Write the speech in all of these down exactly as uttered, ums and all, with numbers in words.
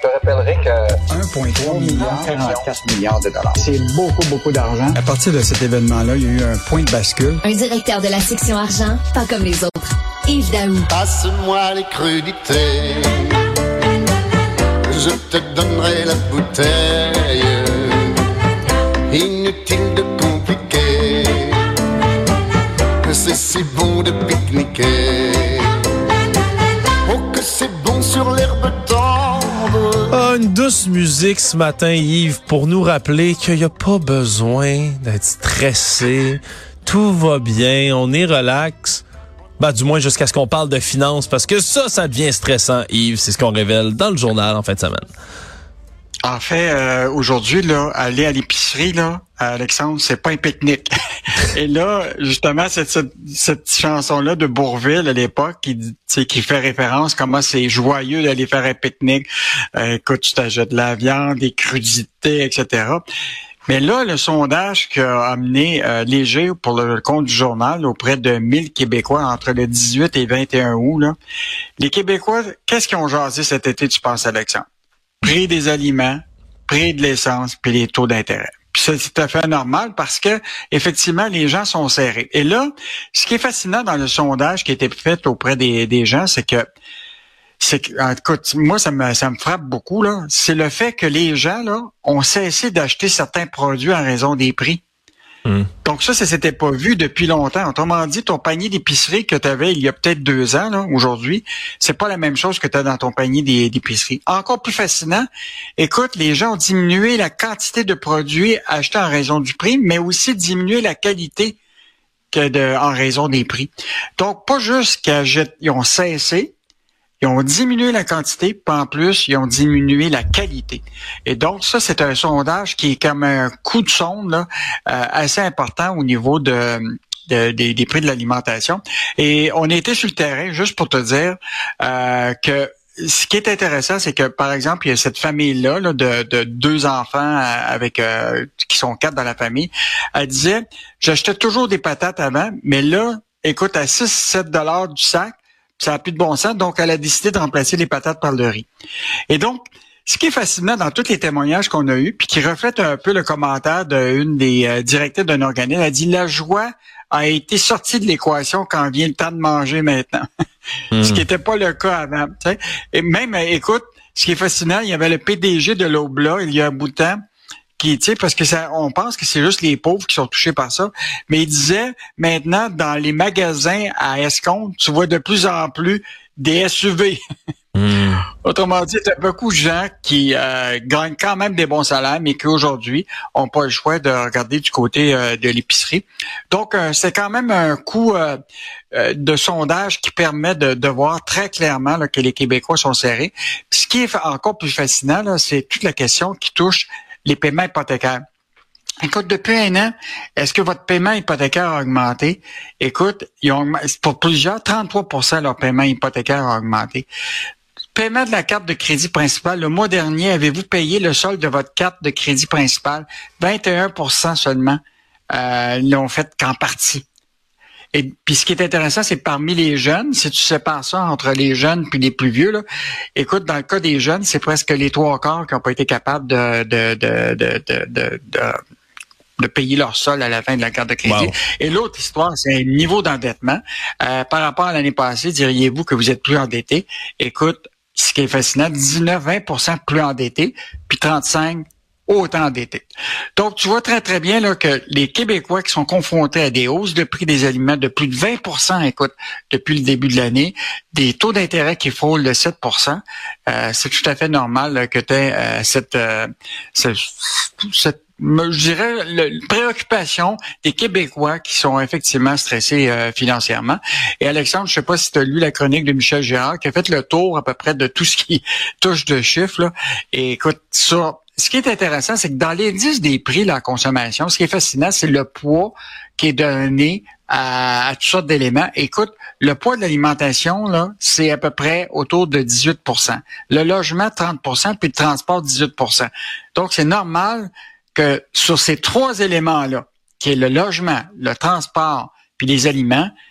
te rappellerai que un virgule trois milliard, quarante-quatre milliards de dollars. C'est beaucoup, beaucoup d'argent. À partir de cet événement-là, il y a eu un point de bascule. Un directeur de la section argent, pas comme les autres. Yves Daou. Passe-moi les crudités, je te donnerai la bouteille. Inutile de compliquer, c'est si bon de pique-niquer. Oh que c'est bon sur l'herbe tendre. Ah, une douce musique ce matin, Yves, pour nous rappeler qu'il n'y a pas besoin d'être stressé. Tout va bien, on est relax. Ben, du moins jusqu'à ce qu'on parle de finances, parce que ça, ça devient stressant, Yves. C'est ce qu'on révèle dans le journal en fin de semaine. En fait, euh, aujourd'hui, là, aller à l'épicerie, là, à Alexandre, c'est pas un pique-nique. Et là, justement, cette, cette, cette chanson-là de Bourvil à l'époque, qui, qui fait référence comment c'est joyeux d'aller faire un pique-nique. Euh, écoute, tu t'achètes de la viande, des crudités, et cetera. Mais là, le sondage qu'a amené euh, Léger pour le compte du journal auprès de mille Québécois entre le dix-huit et vingt et un août, là, les Québécois, qu'est-ce qu'ils ont jasé cet été, tu penses, Alexandre? Prix des aliments, prix de l'essence, puis les taux d'intérêt. Puis ça, c'est tout à fait normal parce que effectivement, les gens sont serrés. Et là, ce qui est fascinant dans le sondage qui a été fait auprès des, des gens, c'est que c'est que, écoute, moi, ça me, ça me frappe beaucoup, là. C'est le fait que les gens, là, ont cessé d'acheter certains produits en raison des prix. Mmh. Donc ça, ça s'était pas vu depuis longtemps. Autrement dit, ton panier d'épicerie que tu avais il y a peut-être deux ans, là, aujourd'hui, c'est pas la même chose que tu as dans ton panier d'épicerie. Encore plus fascinant, écoute, les gens ont diminué la quantité de produits achetés en raison du prix, mais aussi diminué la qualité que de, en raison des prix. Donc, pas juste qu'ils ont cessé, ils ont diminué la quantité, puis en plus, ils ont diminué la qualité. Et donc, ça, c'est un sondage qui est comme un coup de sonde là, euh, assez important au niveau de, de, de des prix de l'alimentation. Et on a été sur le terrain, juste pour te dire euh, que ce qui est intéressant, c'est que, par exemple, il y a cette famille-là là, de, de deux enfants avec euh, qui sont quatre dans la famille. Elle disait, j'achetais toujours des patates avant, mais là, écoute, à six sept dollars du sac, ça n'a plus de bon sens, donc elle a décidé de remplacer les patates par le riz. Et donc, ce qui est fascinant dans tous les témoignages qu'on a eus, puis qui reflète un peu le commentaire d'une des euh, directrices d'un organisme, elle a dit « La joie a été sortie de l'équation quand vient le temps de manger maintenant. Mmh. » Ce qui n'était pas le cas avant. Tu sais. Et même, écoute, ce qui est fascinant, il y avait le P D G de l'Obla, il y a un bout de temps, qui, tu sais, parce que ça, on pense que c'est juste les pauvres qui sont touchés par ça. Mais il disait, maintenant, dans les magasins à escompte, tu vois de plus en plus des S U V. Mmh. Autrement dit, il y a beaucoup de gens qui euh, gagnent quand même des bons salaires, mais qui aujourd'hui n'ont pas le choix de regarder du côté euh, de l'épicerie. Donc, euh, c'est quand même un coup euh, euh, de sondage qui permet de, de voir très clairement là, que les Québécois sont serrés. Puis, ce qui est encore plus fascinant, là, c'est toute la question qui touche les paiements hypothécaires. Écoute, depuis un an, est-ce que votre paiement hypothécaire a augmenté? Écoute, ils ont, pour plusieurs, trente-trois pour cent de leur paiement hypothécaire a augmenté. Paiement de la carte de crédit principale. Le mois dernier, avez-vous payé le solde de votre carte de crédit principale? vingt et un pour cent seulement euh, l'ont fait qu'en partie. Et puis ce qui est intéressant, c'est que parmi les jeunes, si tu sépares ça entre les jeunes puis les plus vieux, là, écoute, dans le cas des jeunes, c'est presque les trois quarts qui n'ont pas été capables de de de de de, de, de de payer leur sol à la fin de la carte de crédit. Wow. Et l'autre histoire, c'est un niveau d'endettement. Euh, par rapport à l'année passée, diriez-vous que vous êtes plus endetté? Écoute, ce qui est fascinant, dix-neuf à vingt pour cent plus endettés, puis trente-cinq autant endettés. Donc, tu vois très, très bien là que les Québécois qui sont confrontés à des hausses de prix des aliments de plus de vingt pour cent, écoute, depuis le début de l'année, des taux d'intérêt qui frôlent le sept pour cent, euh, c'est tout à fait normal là, que tu aies euh, cette, euh, cette, cette je dirais, la préoccupation des Québécois qui sont effectivement stressés euh, financièrement. Et Alexandre, je sais pas si tu as lu la chronique de Michel Gérard qui a fait le tour à peu près de tout ce qui touche de chiffres. Là. Et écoute, ça, ce qui est intéressant, c'est que dans l'indice des prix de la consommation, ce qui est fascinant, c'est le poids qui est donné à, à toutes sortes d'éléments. Écoute, le poids de l'alimentation, là, c'est à peu près autour de dix-huit pour cent. Le logement, trente pour cent, puis le transport, dix-huit pour cent. Donc, c'est normal que sur ces trois éléments-là, qui est le logement, le transport, puis les aliments,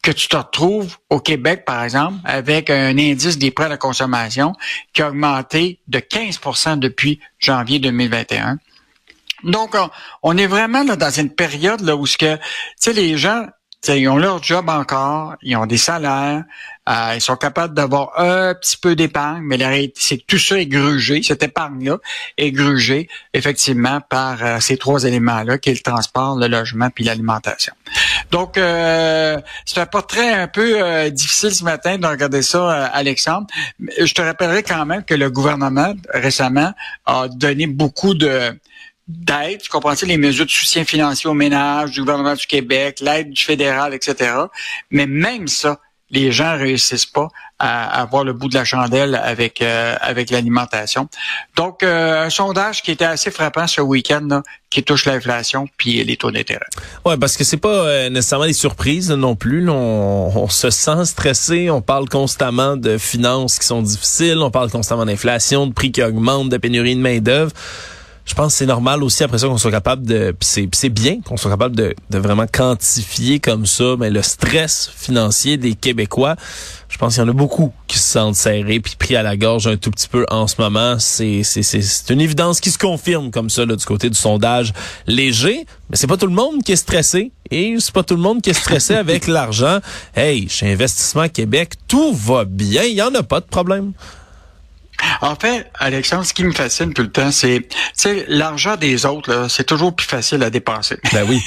que tu te retrouves au Québec, par exemple, avec un indice des prêts à la consommation qui a augmenté de quinze pour cent depuis janvier deux mille vingt et un. Donc, on, on est vraiment là dans une période là où ce que, tu sais, les gens, ils ont leur job encore, ils ont des salaires, euh, ils sont capables d'avoir un petit peu d'épargne, mais la réalité, c'est que tout ça est grugé, cette épargne-là est grugée, effectivement, par euh, ces trois éléments-là, qui est le transport, le logement puis l'alimentation. Donc, euh, c'est un portrait un peu euh, difficile ce matin de regarder ça, euh, Alexandre. Je te rappellerai quand même que le gouvernement, récemment, a donné beaucoup de d'aide, tu comprends-tu, les mesures de soutien financier aux ménages du gouvernement du Québec, l'aide du fédéral, et cetera. Mais même ça, les gens réussissent pas à avoir le bout de la chandelle avec euh, avec l'alimentation. Donc, euh, un sondage qui était assez frappant ce week-end, là, qui touche l'inflation puis les taux d'intérêt. Ouais, parce que c'est pas euh, nécessairement des surprises non plus. Là, on, on se sent stressé, on parle constamment de finances qui sont difficiles, on parle constamment d'inflation, de prix qui augmentent, de pénurie de main-d'œuvre. Je pense que c'est normal aussi après ça qu'on soit capable de, pis c'est, pis c'est bien qu'on soit capable de, de vraiment quantifier comme ça, mais le stress financier des Québécois. Je pense qu'il y en a beaucoup qui se sentent serrés puis pris à la gorge un tout petit peu en ce moment. C'est, c'est, c'est, c'est une évidence qui se confirme comme ça là, du côté du sondage léger, mais c'est pas tout le monde qui est stressé et c'est pas tout le monde qui est stressé avec l'argent. Hey, chez Investissement Québec, tout va bien, il y en a pas de problème. En fait, Alexandre, ce qui me fascine tout le temps, c'est, tu sais, l'argent des autres, là, c'est toujours plus facile à dépenser. Ben oui.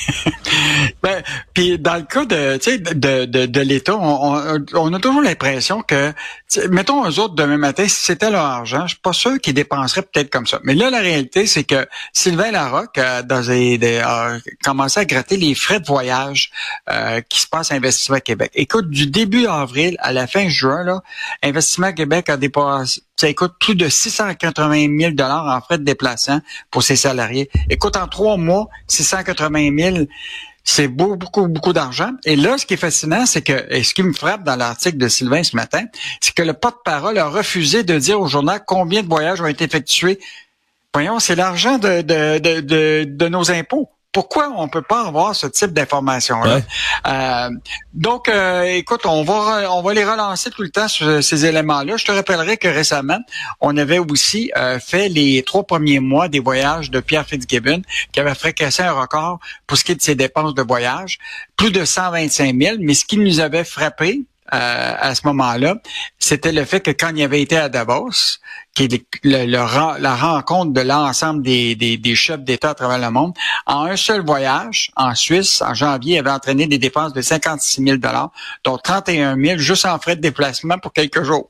ben, puis dans le cas de, tu sais, de, de, de l'État, on, on, on a toujours l'impression que, mettons eux autres demain matin, si c'était leur argent, je suis pas sûr qu'ils dépenseraient peut-être comme ça. Mais là, la réalité, c'est que Sylvain Larocque euh, dans des, des, a commencé à gratter les frais de voyage euh, qui se passent à Investissement Québec. Écoute, du début avril à la fin juin, là, Investissement Québec a dépassé, ça coûte plus de six cent quatre-vingt mille dollars en frais de déplacement pour ses salariés. Écoute, en trois mois, six cent quatre-vingt mille, c'est beaucoup, beaucoup, beaucoup d'argent. Et là, ce qui est fascinant, c'est que, et ce qui me frappe dans l'article de Sylvain ce matin, c'est que le porte-parole a refusé de dire au journal combien de voyages ont été effectués. Voyons, c'est l'argent de, de, de, de, de nos impôts. Pourquoi on peut pas avoir ce type d'informations-là? Ouais. Euh, donc, euh, écoute, on va on va les relancer tout le temps sur ces éléments-là. Je te rappellerai que récemment, on avait aussi euh, fait les trois premiers mois des voyages de Pierre Fitzgibbon, qui avait fracassé un record pour ce qui est de ses dépenses de voyage, plus de cent vingt-cinq mille. Mais ce qui nous avait frappé, Euh, à ce moment-là, c'était le fait que quand il avait été à Davos, qui est le, le, le, la rencontre de l'ensemble des, des, des chefs d'État à travers le monde, en un seul voyage, en Suisse, en janvier, il avait entraîné des dépenses de cinquante-six mille dollars, dont trente et un mille juste en frais de déplacement pour quelques jours.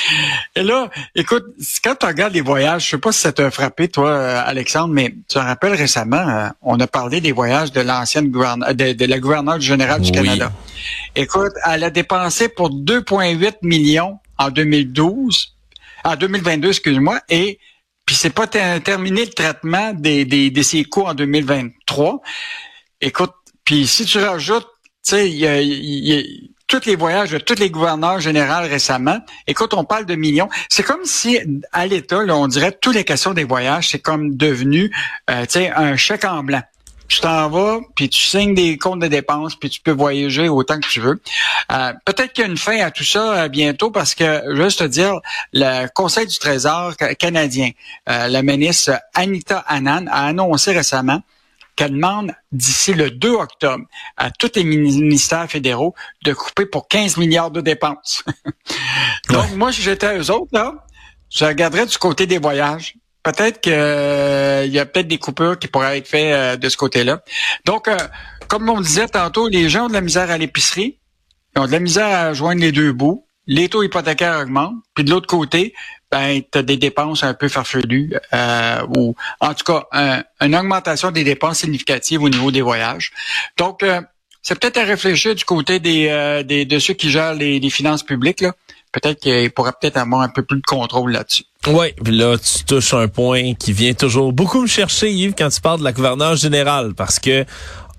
Et là, écoute, quand tu regardes les voyages, je sais pas si ça t'a frappé, toi, Alexandre, mais tu te rappelles récemment, euh, on a parlé des voyages de l'ancienne gouverneure, de, de la gouverneure générale du oui. Canada. Écoute, elle a dépensé pour deux virgule huit millions en deux mille douze, en deux mille vingt-deux, excuse-moi, et puis c'est pas ter- terminé le traitement des, des, de ses coûts en deux mille vingt-trois. Écoute, puis si tu rajoutes, tu sais, il y a, y a tous les voyages de tous les gouverneurs généraux récemment, écoute, on parle de millions. C'est comme si, à l'État, là, on dirait toutes les questions des voyages, c'est comme devenu, euh, tu sais, un chèque en blanc. Tu t'en vas, puis tu signes des comptes de dépenses, puis tu peux voyager autant que tu veux. Euh, peut-être qu'il y a une fin à tout ça euh, bientôt, parce que, juste te dire, le Conseil du Trésor canadien, euh, la ministre Anita Anand a annoncé récemment qu'elle demande d'ici le deux octobre à tous les ministères fédéraux de couper pour quinze milliards de dépenses. Donc, ouais. Moi, si j'étais à eux autres, là, je regarderais du côté des voyages. Peut-être qu'il euh, y a peut-être des coupures qui pourraient être faites euh, de ce côté-là. Donc, euh, comme on disait tantôt, les gens ont de la misère à l'épicerie, ils ont de la misère à joindre les deux bouts, les taux hypothécaires augmentent, puis de l'autre côté, ben, tu as des dépenses un peu farfelues, euh, ou en tout cas, un, une augmentation des dépenses significatives au niveau des voyages. Donc, euh, c'est peut-être à réfléchir du côté des, euh, des de ceux qui gèrent les, les finances publiques, là. Peut-être qu'il pourrait peut-être avoir un peu plus de contrôle là-dessus. Oui, puis là, tu touches un point qui vient toujours beaucoup me chercher, Yves, quand tu parles de la gouverneure générale, parce que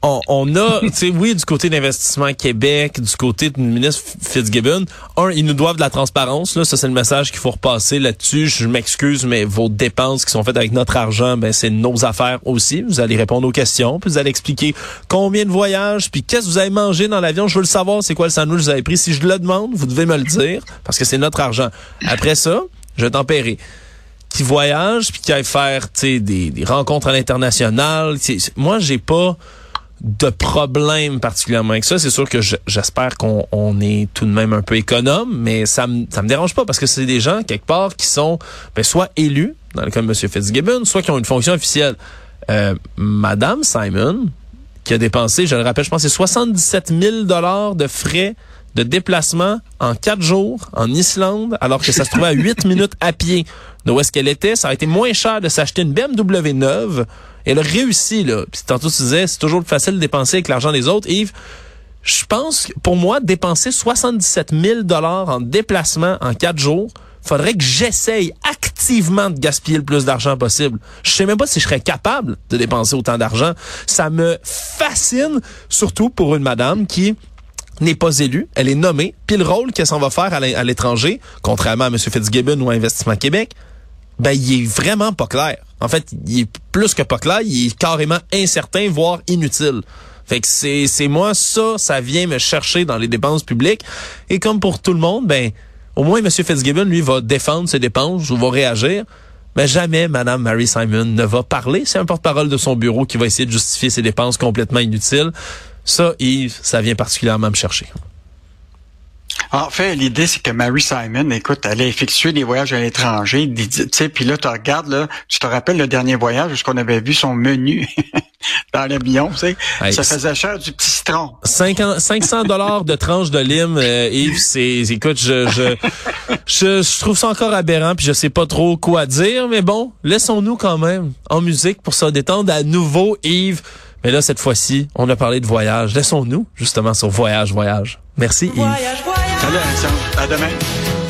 On, on a, tu sais, oui, du côté d'Investissement Québec, du côté du ministre Fitzgibbon, un, ils nous doivent de la transparence, là, ça c'est le message qu'il faut repasser là-dessus. Je m'excuse, mais vos dépenses qui sont faites avec notre argent, ben c'est nos affaires aussi. Vous allez répondre aux questions, puis vous allez expliquer combien de voyages, puis qu'est-ce que vous avez mangé dans l'avion. Je veux le savoir, c'est quoi le sandwich que vous avez pris. Si je le demande, vous devez me le dire, parce que c'est notre argent. Après ça, je vais tempérer. Qui voyage, puis qui aille faire, tu sais, des, des rencontres à l'international. T'sais, moi, j'ai pas de problème particulièrement avec ça. C'est sûr que je, j'espère qu'on on est tout de même un peu économe, mais ça me ça me dérange pas parce que c'est des gens quelque part qui sont ben soit élus dans le cas de M. Fitzgibbon, soit qui ont une fonction officielle. Euh, Madame Simon, qui a dépensé, je le rappelle, je pense que c'est soixante-dix-sept mille dollars de frais de déplacement en quatre jours en Islande, alors que ça se trouvait à huit minutes à pied de où est-ce qu'elle était. Ça a été moins cher de s'acheter une B M W neuve. Elle a réussi, là. Puis tantôt, tu disais, c'est toujours plus facile de dépenser avec l'argent des autres. Yves, je pense que pour moi, dépenser soixante-dix-sept mille dollars en déplacement en quatre jours, faudrait que j'essaye activement de gaspiller le plus d'argent possible. Je sais même pas si je serais capable de dépenser autant d'argent. Ça me fascine, surtout pour une madame qui n'est pas élue, elle est nommée, puis le rôle qu'elle s'en va faire à l'étranger, contrairement à M. Fitzgibbon ou à Investissement Québec, ben il est vraiment pas clair. En fait, il est plus que pas clair, il est carrément incertain, voire inutile. Fait que c'est c'est moi ça, ça vient me chercher dans les dépenses publiques. Et comme pour tout le monde, ben au moins M. Fitzgibbon lui va défendre ses dépenses ou va réagir. Mais jamais Mme Mary Simon ne va parler. C'est un porte-parole de son bureau qui va essayer de justifier ses dépenses complètement inutiles. Ça, Yves, ça vient particulièrement me chercher. En fait, l'idée, c'est que Mary Simon, écoute, elle a effectué des voyages à l'étranger, tu sais, puis là, tu regardes, là, tu te rappelles le dernier voyage où on avait vu son menu dans l'avion, tu sais, hey, ça faisait cher du petit citron. cinq cents dollars de tranche de lime, euh, Yves, c'est, écoute, je, je, je, je trouve ça encore aberrant, puis je sais pas trop quoi dire, mais bon, laissons-nous quand même en musique pour se détendre à nouveau, Yves. Mais là, cette fois-ci, on a parlé de voyage. Laissons-nous, justement, sur Voyage, Voyage. Merci, Yves. Voyage, voyage. Salut, Alexandre. À demain.